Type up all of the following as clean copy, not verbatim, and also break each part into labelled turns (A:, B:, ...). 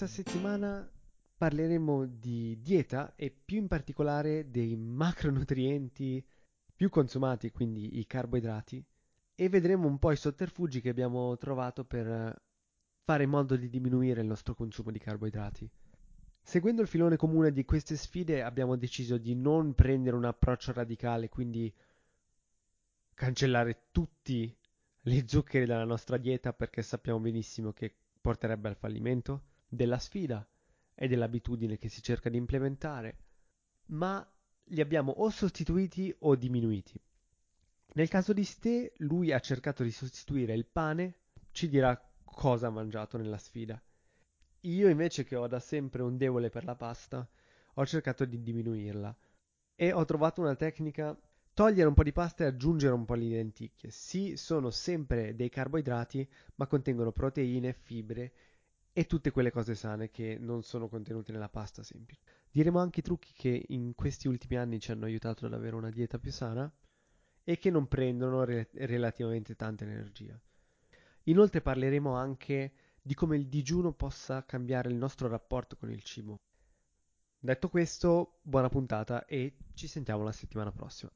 A: Questa settimana parleremo di dieta e più in particolare dei macronutrienti più consumati, quindi i carboidrati, e vedremo un po' i sotterfugi che abbiamo trovato per fare in modo di diminuire il nostro consumo di carboidrati. Seguendo il filone comune di queste sfide abbiamo deciso di non prendere un approccio radicale, quindi cancellare tutti gli zuccheri dalla nostra dieta perché sappiamo benissimo che porterebbe al fallimento della sfida e dell'abitudine che si cerca di implementare, ma li abbiamo o sostituiti o diminuiti. Nel caso di Ste, lui ha cercato di sostituire il pane, ci dirà cosa ha mangiato nella sfida. Io invece, che ho da sempre un debole per la pasta, ho cercato di diminuirla e ho trovato una tecnica: togliere un po' di pasta e aggiungere un po' di lenticchie. Sì, sono sempre dei carboidrati, ma contengono proteine, fibre e tutte quelle cose sane che non sono contenute nella pasta semplice. Diremo anche i trucchi che in questi ultimi anni ci hanno aiutato ad avere una dieta più sana e che non prendono relativamente tanta energia. Inoltre parleremo anche di come il digiuno possa cambiare il nostro rapporto con il cibo. Detto questo, buona puntata e ci sentiamo la settimana prossima.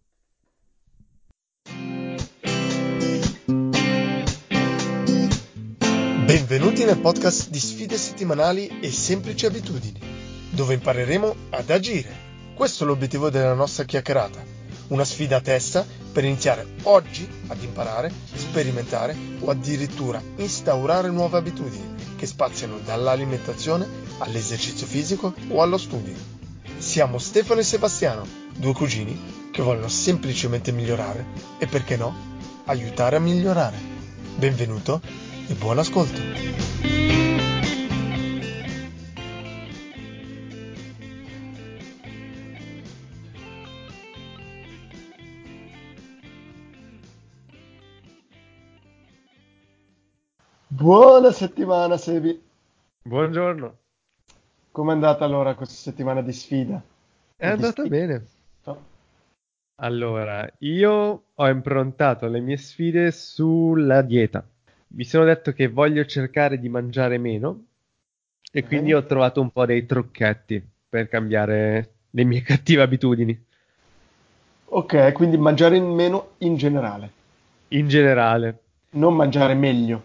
B: Benvenuti nel podcast di sfide settimanali e semplici abitudini, dove impareremo ad agire. Questo è l'obiettivo della nostra chiacchierata, una sfida a testa per iniziare oggi ad imparare, sperimentare o addirittura instaurare nuove abitudini che spaziano dall'alimentazione all'esercizio fisico o allo studio. Siamo Stefano e Sebastiano, due cugini che vogliono semplicemente migliorare e, perché no, aiutare a migliorare. Benvenuto e buon ascolto.
C: Buona settimana, Sebi.
A: Buongiorno,
C: Com'è andata allora questa settimana di sfida?
A: è
C: O di
A: andata
C: sfida?
A: bene.
C: No?
A: Allora, io ho improntato le mie sfide sulla dieta. Mi sono detto che voglio cercare di mangiare meno e quindi
C: Ok.
A: ho trovato un po' dei trucchetti per cambiare le mie cattive abitudini.
C: Ok, quindi mangiare in meno in generale,
A: In generale.
C: non mangiare meglio.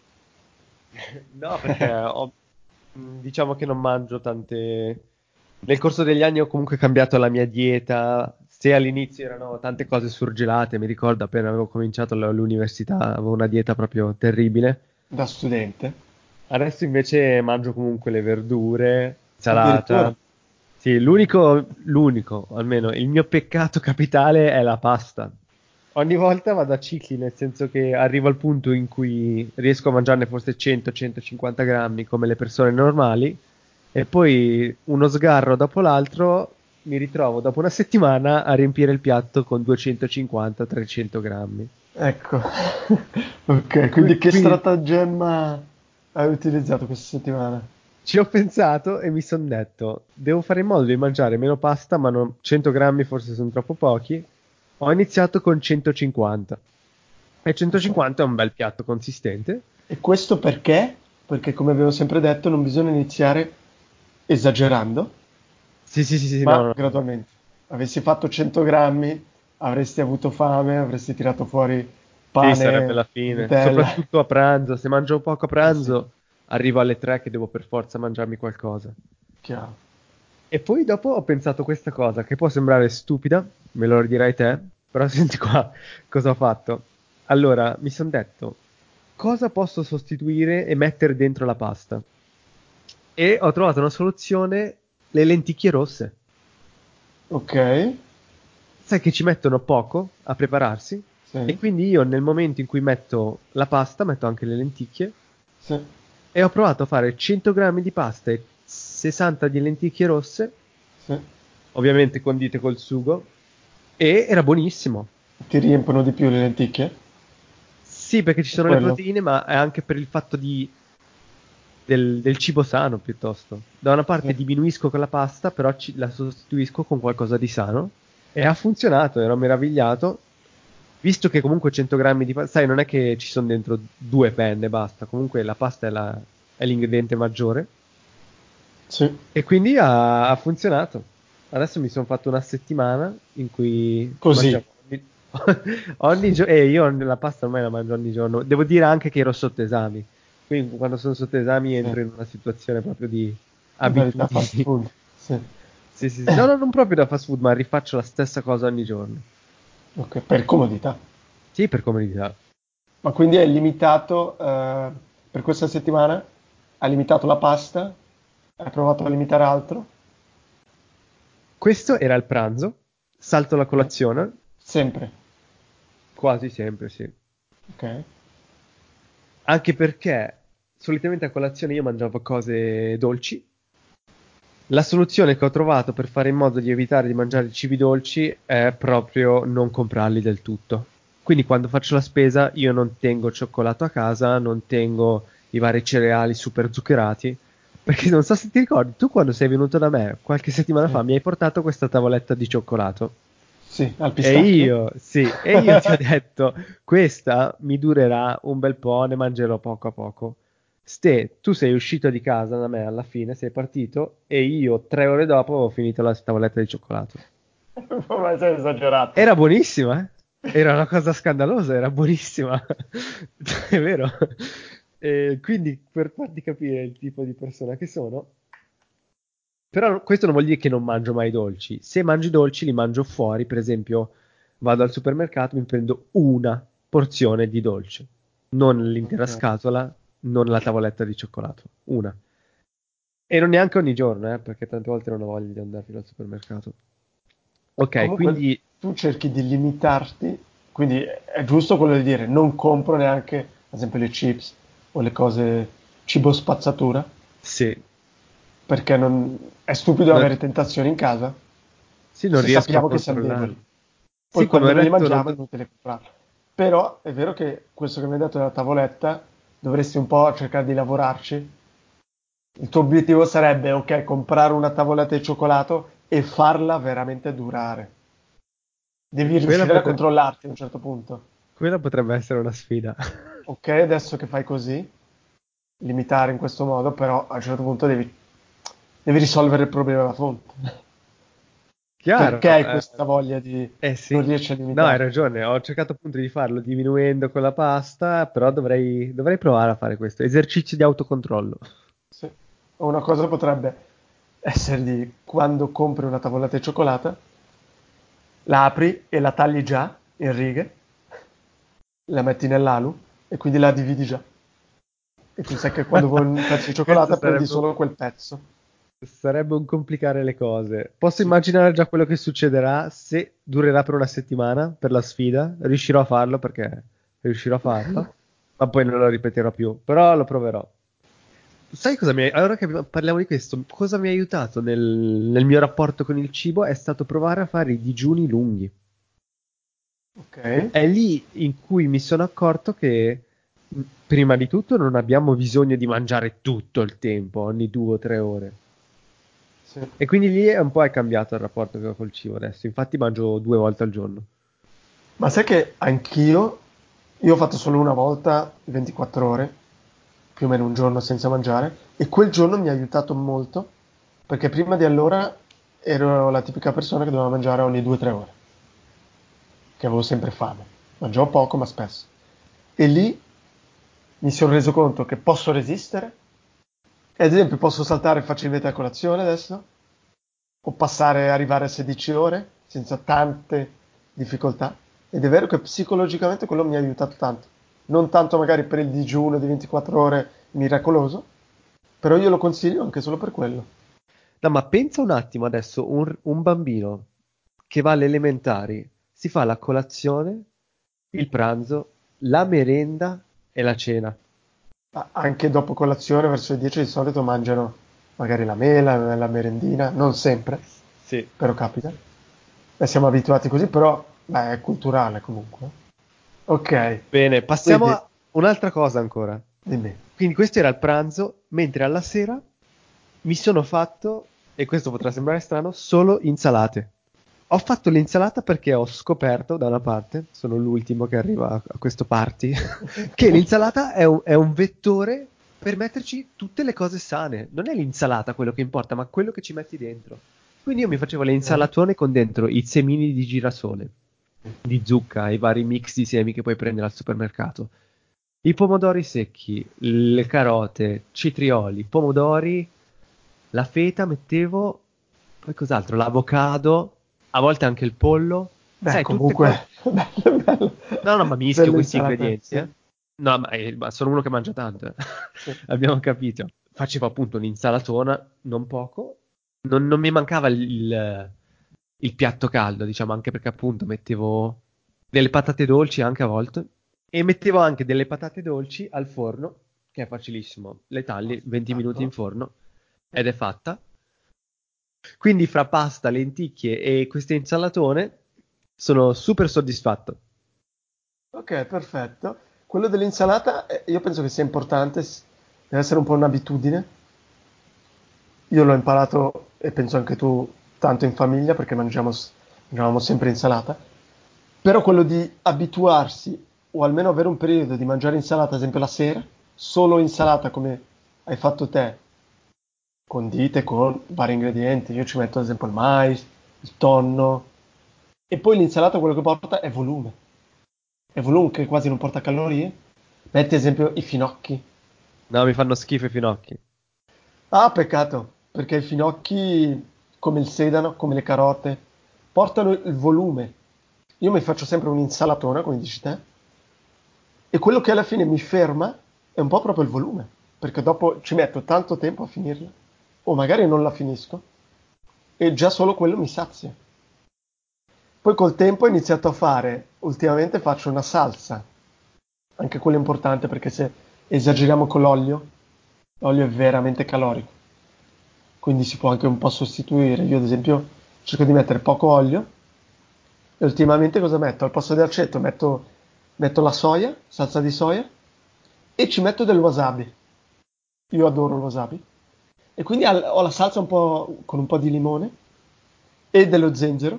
A: No, perché diciamo che non mangio tante. Nel corso degli anni ho comunque cambiato la mia dieta. Se all'inizio erano tante cose surgelate, mi ricordo appena avevo cominciato l'università, avevo una dieta proprio terribile.
C: Da studente.
A: Adesso invece mangio comunque le verdure,
C: Addirittura.
A: salata. Sì, l'unico, almeno il mio peccato capitale è la pasta. Ogni volta vado a cicli, nel senso che arrivo al punto in cui riesco a mangiarne forse 100-150 grammi come le persone normali e poi uno sgarro dopo l'altro mi ritrovo dopo una settimana a riempire il piatto con 250-300 grammi.
C: Ecco. Ok, quindi che
A: Quindi
C: stratagemma hai utilizzato questa settimana?
A: ci ho pensato e mi sono detto, devo fare in modo di mangiare meno pasta, ma 100 grammi forse sono troppo pochi. Ho iniziato con 150 e
C: Ok.
A: 150 è un bel piatto consistente.
C: E questo perché? Perché, come avevo sempre detto, non bisogna iniziare esagerando,
A: Sì, sì, sì, sì, no,
C: ma
A: no, no.
C: gradualmente. Avessi fatto 100 grammi, avresti avuto fame, avresti tirato fuori
A: Sì, sarebbe la
C: pane,
A: fine.
C: Nutella.
A: Soprattutto a pranzo. Se mangio poco a
C: Eh sì,
A: pranzo, arrivo alle 3 che devo per forza mangiarmi qualcosa.
C: chiaro.
A: E poi dopo ho pensato questa cosa, che può sembrare stupida, me lo dirai te, però senti qua cosa ho fatto. Allora, mi sono detto, cosa posso sostituire e mettere dentro la pasta? E ho trovato una soluzione, le lenticchie rosse.
C: Ok,
A: Sai che ci mettono poco a prepararsi? E
C: sì,
A: quindi io nel momento in cui metto la pasta, metto anche le lenticchie.
C: sì,
A: E ho provato a fare 100 grammi di pasta e 60 di lenticchie rosse,
C: sì.
A: ovviamente condite col sugo, e era buonissimo.
C: Ti riempiono di più le lenticchie?
A: Sì, perché ci
C: È
A: sono le
C: quello?
A: proteine, ma è anche per il fatto del cibo sano piuttosto. Da una
C: Sì.
A: parte diminuisco con la pasta, però la sostituisco con qualcosa di sano. E ha funzionato, ero meravigliato. Visto che comunque 100 grammi di pasta, sai, non è che ci sono dentro due penne, basta. Comunque la pasta è l'ingrediente maggiore.
C: Sì.
A: E quindi ha funzionato. Adesso mi sono fatto una settimana in cui
C: Così.
A: mangiavo ogni giorno, e io la pasta ormai la mangio ogni giorno. Devo dire anche che ero sotto esami, quindi quando sono sotto esami
C: Sì.
A: entro in una situazione proprio di
C: Modalità fast
A: abitudini.
C: food. Sì.
A: Sì, sì, sì. No, no, non proprio da fast food, ma rifaccio la stessa cosa ogni giorno.
C: Ok, per comodità.
A: Sì, per comodità.
C: Ma quindi è limitato, per questa settimana? Hai limitato la pasta? Hai provato a limitare altro?
A: Questo era il pranzo, salto la
C: Ok.
A: colazione,
C: Sempre.
A: quasi sempre, sì.
C: Ok.
A: Anche perché solitamente a colazione io mangiavo cose dolci. La soluzione che ho trovato per fare in modo di evitare di mangiare cibi dolci è proprio non comprarli del tutto. Quindi quando faccio la spesa io non tengo cioccolato a casa, non tengo i vari cereali super zuccherati, perché non so se ti ricordi, tu quando sei venuto da me qualche settimana
C: Sì.
A: fa mi hai portato questa tavoletta di cioccolato.
C: Sì, al
A: E
C: pistacchio?
A: io, sì, e io ti ho detto, questa mi durerà un bel po', ne mangerò poco a poco. Ste, tu sei uscito di casa da me alla fine, sei partito e io 3 ore dopo avevo finito la tavoletta di cioccolato.
C: Ma sei esagerato.
A: Era buonissima, eh? Era una cosa scandalosa, era buonissima. È vero. E quindi per farti capire il tipo di persona che sono, però questo non vuol dire che non mangio mai dolci. Se mangio i dolci li mangio fuori, per esempio vado al supermercato, mi prendo una porzione di dolce, non l'intera
C: Ok.
A: scatola, non la tavoletta di cioccolato, una. E non neanche ogni giorno, perché tante volte non ho voglia di andare fino al supermercato. Ok,
C: Comunque
A: quindi
C: tu cerchi di limitarti, quindi è giusto quello di dire non compro neanche, ad esempio, le chips o le cose cibo spazzatura,
A: sì,
C: perché è stupido
A: non,
C: avere tentazioni in casa
A: sì, non
C: se
A: riesco a
C: sappiamo che siamo
A: controllare.
C: deboli. Poi
A: Sì, come ho
C: quando non li
A: detto,
C: mangiamo è inutile comprarli. Però è vero che questo che mi hai detto della tavoletta dovresti un po' cercare di lavorarci. Il tuo obiettivo sarebbe, ok, comprare una tavoletta di cioccolato e farla veramente durare. Devi
A: quella,
C: riuscire a
A: potre-
C: controllarti a un certo punto.
A: quella potrebbe essere una sfida.
C: Ok, adesso che fai così, limitare in questo modo, però a un certo punto devi risolvere il problema alla fonte. Perché
A: Chiaro,
C: hai questa voglia di non
A: sì.
C: riesci a
A: No, hai
C: limitarti?
A: ragione, ho cercato appunto di farlo diminuendo con la pasta, però dovrei provare a fare questo. Esercizio di autocontrollo.
C: Sì. O una cosa potrebbe essere di quando compri una tavoletta di cioccolata, la apri e la tagli già in righe, la metti nell'alu e quindi la dividi già. E tu sai che quando vuoi un pezzo di
A: Questo
C: cioccolata prendi solo quel pezzo.
A: sarebbe un complicare le cose. Posso immaginare già quello che succederà se durerà per una settimana, per la sfida. Riuscirò a farlo perché riuscirò a farlo, ma poi non lo ripeterò più. Però lo proverò. Sai cosa ora che parliamo di questo, cosa mi ha aiutato nel mio rapporto con il cibo è stato provare a fare i digiuni lunghi.
C: Ok.
A: È lì in cui mi sono accorto che prima di tutto non abbiamo bisogno di mangiare tutto il tempo, ogni 2 o 3 ore.
C: Sì.
A: E quindi lì è un po' è cambiato il rapporto che ho col cibo adesso. Infatti mangio 2 volte al giorno.
C: Ma sai che io ho fatto solo una volta 24 ore, più o meno un giorno senza mangiare, e quel giorno mi ha aiutato molto, perché prima di allora ero la tipica persona che doveva mangiare ogni 2-3 ore, che avevo sempre fame. Mangiavo poco, ma spesso. E lì mi sono reso conto che posso resistere, e ad esempio posso saltare facilmente a colazione adesso, o arrivare a 16 ore senza tante difficoltà. Ed è vero che psicologicamente quello mi ha aiutato tanto. Non tanto magari per il digiuno di 24 ore miracoloso, però io lo consiglio anche solo per quello.
A: No, ma pensa un attimo adesso, un bambino che va alle elementari si fa la colazione, il pranzo, la merenda e la cena.
C: Anche dopo colazione, verso le 10 di solito mangiano magari la mela, la merendina, non sempre,
A: Sì.
C: però capita. E siamo abituati così, però beh, è culturale comunque. Ok,
A: Bene, passiamo
C: quindi
A: a un'altra cosa ancora.
C: dimmi.
A: Quindi questo era il pranzo, mentre alla sera mi sono fatto, e questo potrà sembrare strano, solo insalate. Ho fatto l'insalata perché ho scoperto da una parte, sono l'ultimo che arriva a questo party, che l'insalata è un vettore per metterci tutte le cose sane. Non è l'insalata quello che importa, ma quello che ci metti dentro. Quindi io mi facevo le insalatone con dentro i semini di girasole, di zucca, i vari mix di semi che puoi prendere al supermercato, i pomodori secchi, le carote, citrioli, pomodori, la feta mettevo, poi cos'altro? L'avocado, a volte anche il pollo.
C: Beh,
A: Sai, tutte cose.
C: comunque, bello, bello.
A: No, no, ma mischio
C: Bella
A: questi
C: insalata,
A: ingredienti,
C: sì,
A: eh. No, ma sono uno che mangia tanto, eh.
C: sì.
A: Abbiamo capito. Facevo appunto un'insalatona, non poco. Non mi mancava il piatto caldo, diciamo, anche perché appunto mettevo delle patate dolci anche a volte. E mettevo anche delle patate dolci al forno, che è facilissimo. Le tagli, 20 minuti in
C: Spettacolo.
A: forno, ed è fatta. Quindi fra pasta, lenticchie e queste insalatone sono super soddisfatto.
C: Ok, perfetto. Quello dell'insalata, io penso che sia importante, deve essere un po' un'abitudine. Io l'ho imparato, e penso anche tu, tanto in famiglia, perché mangiavamo sempre insalata. Però quello di abituarsi, o almeno avere un periodo di mangiare insalata, ad esempio la sera, solo insalata come hai fatto te, condite con vari ingredienti. Io ci metto ad esempio il mais, il tonno, e poi l'insalata quello che porta è volume. È volume che quasi non porta calorie. Metti ad esempio i finocchi.
A: No, mi fanno schifo i finocchi.
C: Ah, peccato, perché i finocchi, come il sedano, come le carote, portano il volume. Io mi faccio sempre un'insalatona, come dici te, e quello che alla fine mi ferma è un po' proprio il volume, perché dopo ci metto tanto tempo a finirla, o magari non la finisco, e già solo quello mi sazia. Poi col tempo ho iniziato a fare, ultimamente faccio una salsa, anche quello è importante perché se esageriamo con l'olio è veramente calorico, quindi si può anche un po' sostituire. Io ad esempio cerco di mettere poco olio e ultimamente cosa metto? Al posto dell'aceto metto la soia, salsa di soia, e ci metto del wasabi. Io adoro il wasabi. E quindi ho la salsa un po' con un po' di limone e dello zenzero.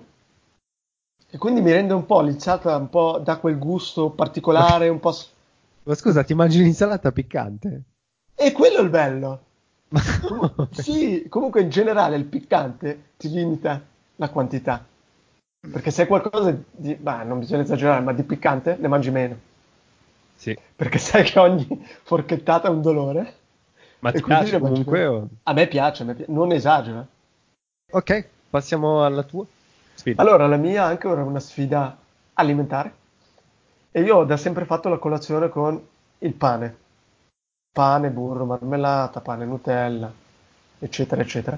C: E quindi mi rende un po' l'insalata, un po' da quel gusto
A: Ma,
C: particolare, un po'.
A: ma scusa, ti mangi un'insalata piccante?
C: E quello è il bello.
A: Ma come?
C: Sì, comunque in generale il piccante ti limita la quantità. Perché se è qualcosa di, bah, non bisogna esagerare, ma di piccante ne mangi meno.
A: Sì.
C: Perché sai che ogni forchettata è un dolore.
A: Ma
C: E
A: ti
C: quindi
A: piace
C: ne mangi meno.
A: comunque? O...
C: A me piace, non esagero.
A: Ok, passiamo alla tua sfida.
C: Allora, la mia anche ora è una sfida alimentare. E io ho da sempre fatto la colazione con il pane. Pane, burro, marmellata, pane, Nutella, eccetera, eccetera.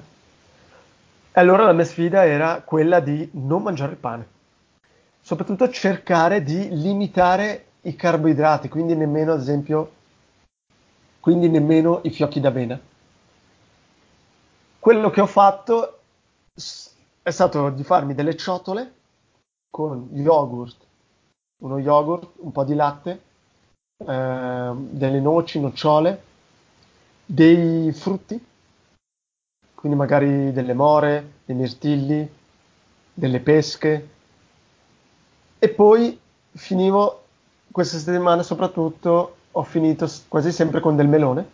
C: E allora la mia sfida era quella di non mangiare il pane. Soprattutto cercare di limitare i carboidrati, quindi nemmeno i fiocchi d'avena. Quello che ho fatto è stato di farmi delle ciotole con yogurt, uno yogurt, un po' di latte, delle noci, nocciole, dei frutti, quindi magari delle more, dei mirtilli, delle pesche, e poi finivo questa settimana soprattutto, ho finito quasi sempre con del melone,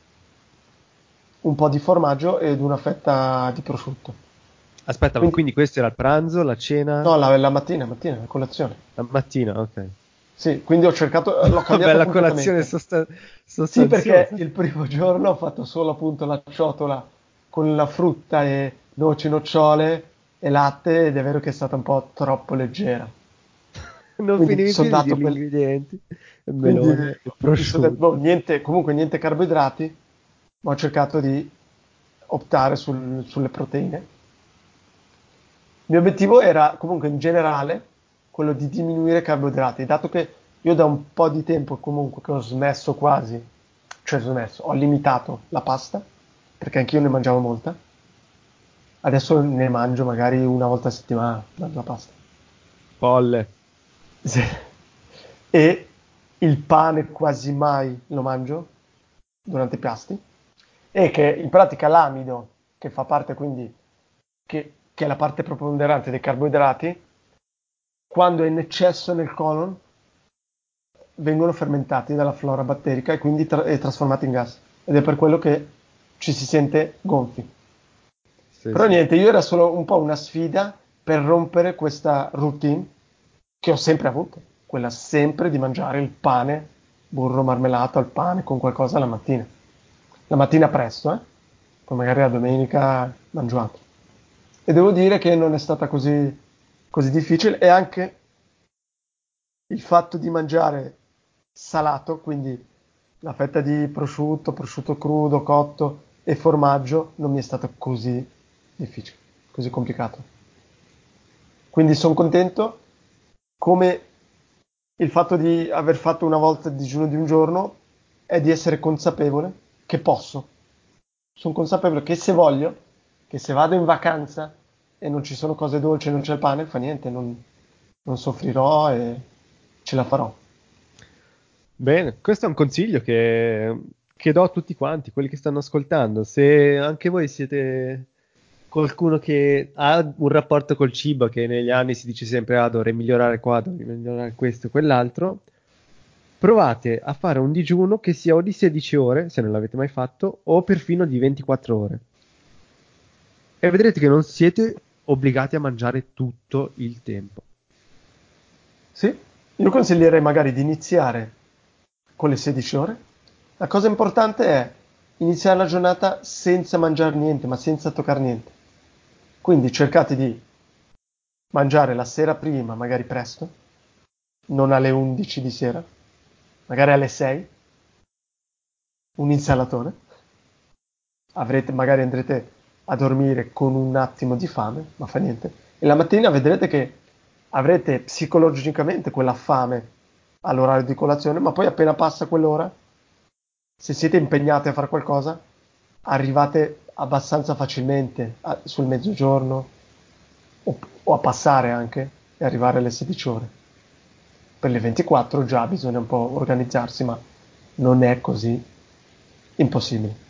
C: un po' di formaggio ed una fetta di prosciutto.
A: Aspetta, ma
C: Quindi,
A: quindi questo era il pranzo, la cena,
C: no, la mattina, la colazione.
A: la mattina, ok.
C: Sì, quindi l'ho cambiato
A: Bella colazione
C: completamente. Sì, perché
A: sostanziosa.
C: il primo giorno ho fatto solo appunto la ciotola con la frutta e noci, nocciole e latte ed è vero che è stata un po' troppo leggera.
A: Non
C: Quindi mi
A: finivi
C: sono
A: più di
C: dato
A: dire gli ingredienti. Il
C: quindi
A: melone, il
C: mi son detto, boh,
A: prosciutto.
C: niente, comunque niente carboidrati, ma ho cercato di optare sulle proteine. Il mio obiettivo era comunque in generale quello di diminuire i carboidrati, dato che io da un po' di tempo comunque che ho smesso quasi, cioè smesso, ho limitato la pasta, perché anch'io ne mangiavo molta, adesso ne mangio magari una volta a settimana la pasta.
A: Folle.
C: Sì. E il pane quasi mai lo mangio durante i pasti, e che in pratica l'amido, che fa parte quindi, che è la parte preponderante dei carboidrati, quando è in eccesso nel colon vengono fermentati dalla flora batterica e quindi trasformati in gas. ed è per quello che ci si sente gonfi.
A: Sì,
C: Però
A: sì.
C: niente, io era solo un po' una sfida per rompere questa routine che ho sempre avuto, quella sempre di mangiare il pane, burro marmellato al pane con qualcosa la mattina. La mattina presto, eh? Poi magari la domenica mangio altro. E devo dire che non è stata così difficile e anche il fatto di mangiare salato, quindi la fetta di prosciutto, prosciutto crudo, cotto e formaggio non mi è stato così difficile, così complicato. Quindi sono contento come il fatto di aver fatto una volta il digiuno di un giorno è di essere consapevole che posso. Sono consapevole che se voglio, che se vado in vacanza e non ci sono cose dolci, non c'è il pane, fa niente, non soffrirò e ce la farò.
A: Bene, questo è un consiglio che do a tutti quanti, quelli che stanno ascoltando. Se anche voi siete qualcuno che ha un rapporto col cibo, che negli anni si dice sempre, ah, dovrei migliorare qua, dovrei migliorare questo e quell'altro, provate a fare un digiuno che sia o di 16 ore, se non l'avete mai fatto, o perfino di 24 ore. E vedrete che non siete obbligati a mangiare tutto il tempo.
C: Sì, io consiglierei magari di iniziare con le 16 ore. La cosa importante è iniziare la giornata senza mangiare niente, ma senza toccare niente. Quindi cercate di mangiare la sera prima, magari presto, non alle 11 di sera, magari alle 6, un insalatone. Magari andrete a dormire con un attimo di fame, ma fa niente. E la mattina vedrete che avrete psicologicamente quella fame all'orario di colazione, ma poi appena passa quell'ora, se siete impegnati a fare qualcosa, arrivate abbastanza facilmente sul mezzogiorno o a passare anche e arrivare alle 16 ore. Per le 24 già bisogna un po' organizzarsi, ma non è così impossibile.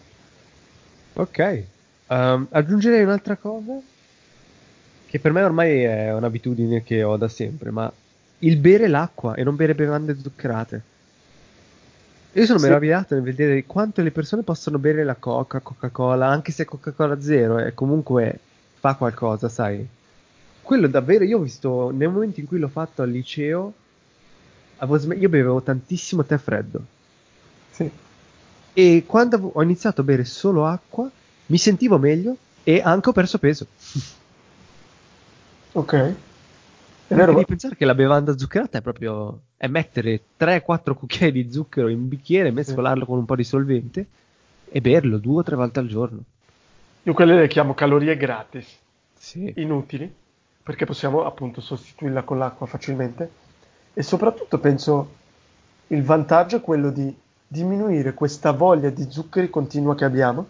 A: Ok. Aggiungerei un'altra cosa che per me ormai è un'abitudine che ho da sempre, ma il bere l'acqua e non bere bevande zuccherate. Io sono
C: Sì,
A: meravigliato nel vedere quanto le persone possono bere la Coca-Cola, anche se è Coca-Cola zero e comunque fa qualcosa, sai. Quello davvero, io ho visto nel momento in cui l'ho fatto al liceo, io bevevo tantissimo tè freddo
C: sì.
A: e quando ho iniziato a bere solo acqua mi sentivo meglio e anche ho perso peso.
C: Ok, è
A: Perché devi
C: vero,
A: pensare che la bevanda zuccherata è mettere 3-4 cucchiai di zucchero in un bicchiere,
C: sì.
A: mescolarlo con un po' di solvente e berlo 2 o 3 volte al giorno.
C: Io quelle le chiamo calorie gratis,
A: Sì.
C: inutili, perché possiamo appunto sostituirla con l'acqua facilmente. E soprattutto penso il vantaggio è quello di diminuire questa voglia di zuccheri continua che abbiamo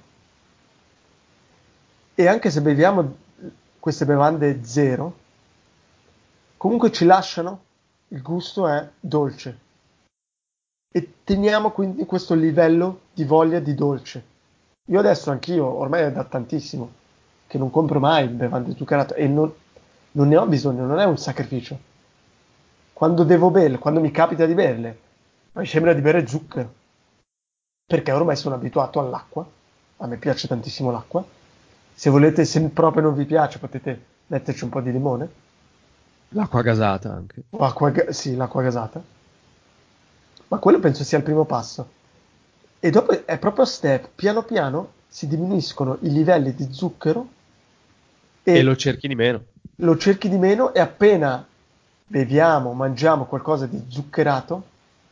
C: e anche se beviamo queste bevande zero, comunque ci lasciano, il gusto è dolce e teniamo quindi questo livello di voglia di dolce. Io adesso anch'io, ormai è da tantissimo, che non compro mai bevande zuccherate e non ne ho bisogno, non è un sacrificio. Quando devo berle, quando mi capita di berle, mi sembra di bere zucchero, perché ormai sono abituato all'acqua, a me piace tantissimo l'acqua. Se volete, se proprio non vi piace, potete metterci un po' di limone,
A: L'acqua gasata anche.
C: o sì, l'acqua gasata, ma quello penso sia il primo passo. E dopo è proprio a step, piano piano si diminuiscono i livelli di zucchero
A: E lo
C: e
A: cerchi di meno.
C: lo cerchi di meno e appena beviamo, mangiamo qualcosa di zuccherato,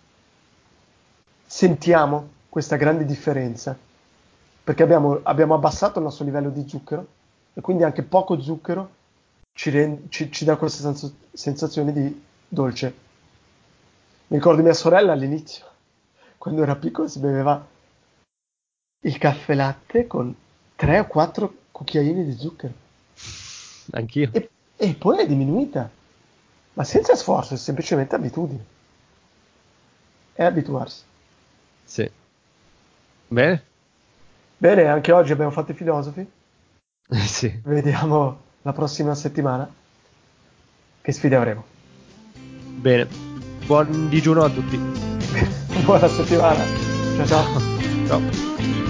C: sentiamo questa grande differenza, perché abbiamo abbassato il nostro livello di zucchero e quindi anche poco zucchero ci dà questa sensazione di dolce. Mi ricordo mia sorella all'inizio, quando era piccola, si beveva il caffè latte con 3 o 4 cucchiaini di zucchero
A: Anch'io.
C: e poi è diminuita, ma senza sforzo, è semplicemente abitudine, è abituarsi.
A: Sì. Bene?
C: Bene, anche oggi abbiamo fatto i filosofi,
A: Sì.
C: vediamo la prossima settimana che sfide avremo.
A: Bene. Buon digiuno a tutti.
C: Buona settimana, ciao ciao.
A: Ciao. Ciao.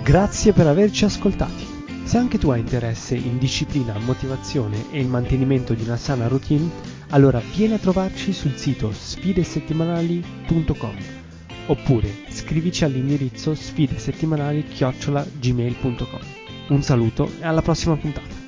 A: Grazie per averci ascoltati. Se anche tu hai interesse in disciplina, motivazione e il mantenimento di una sana routine, allora vieni a trovarci sul sito sfidesettimanali.com oppure scrivici all'indirizzo sfidesettimanali@gmail.com. Un saluto e alla prossima puntata.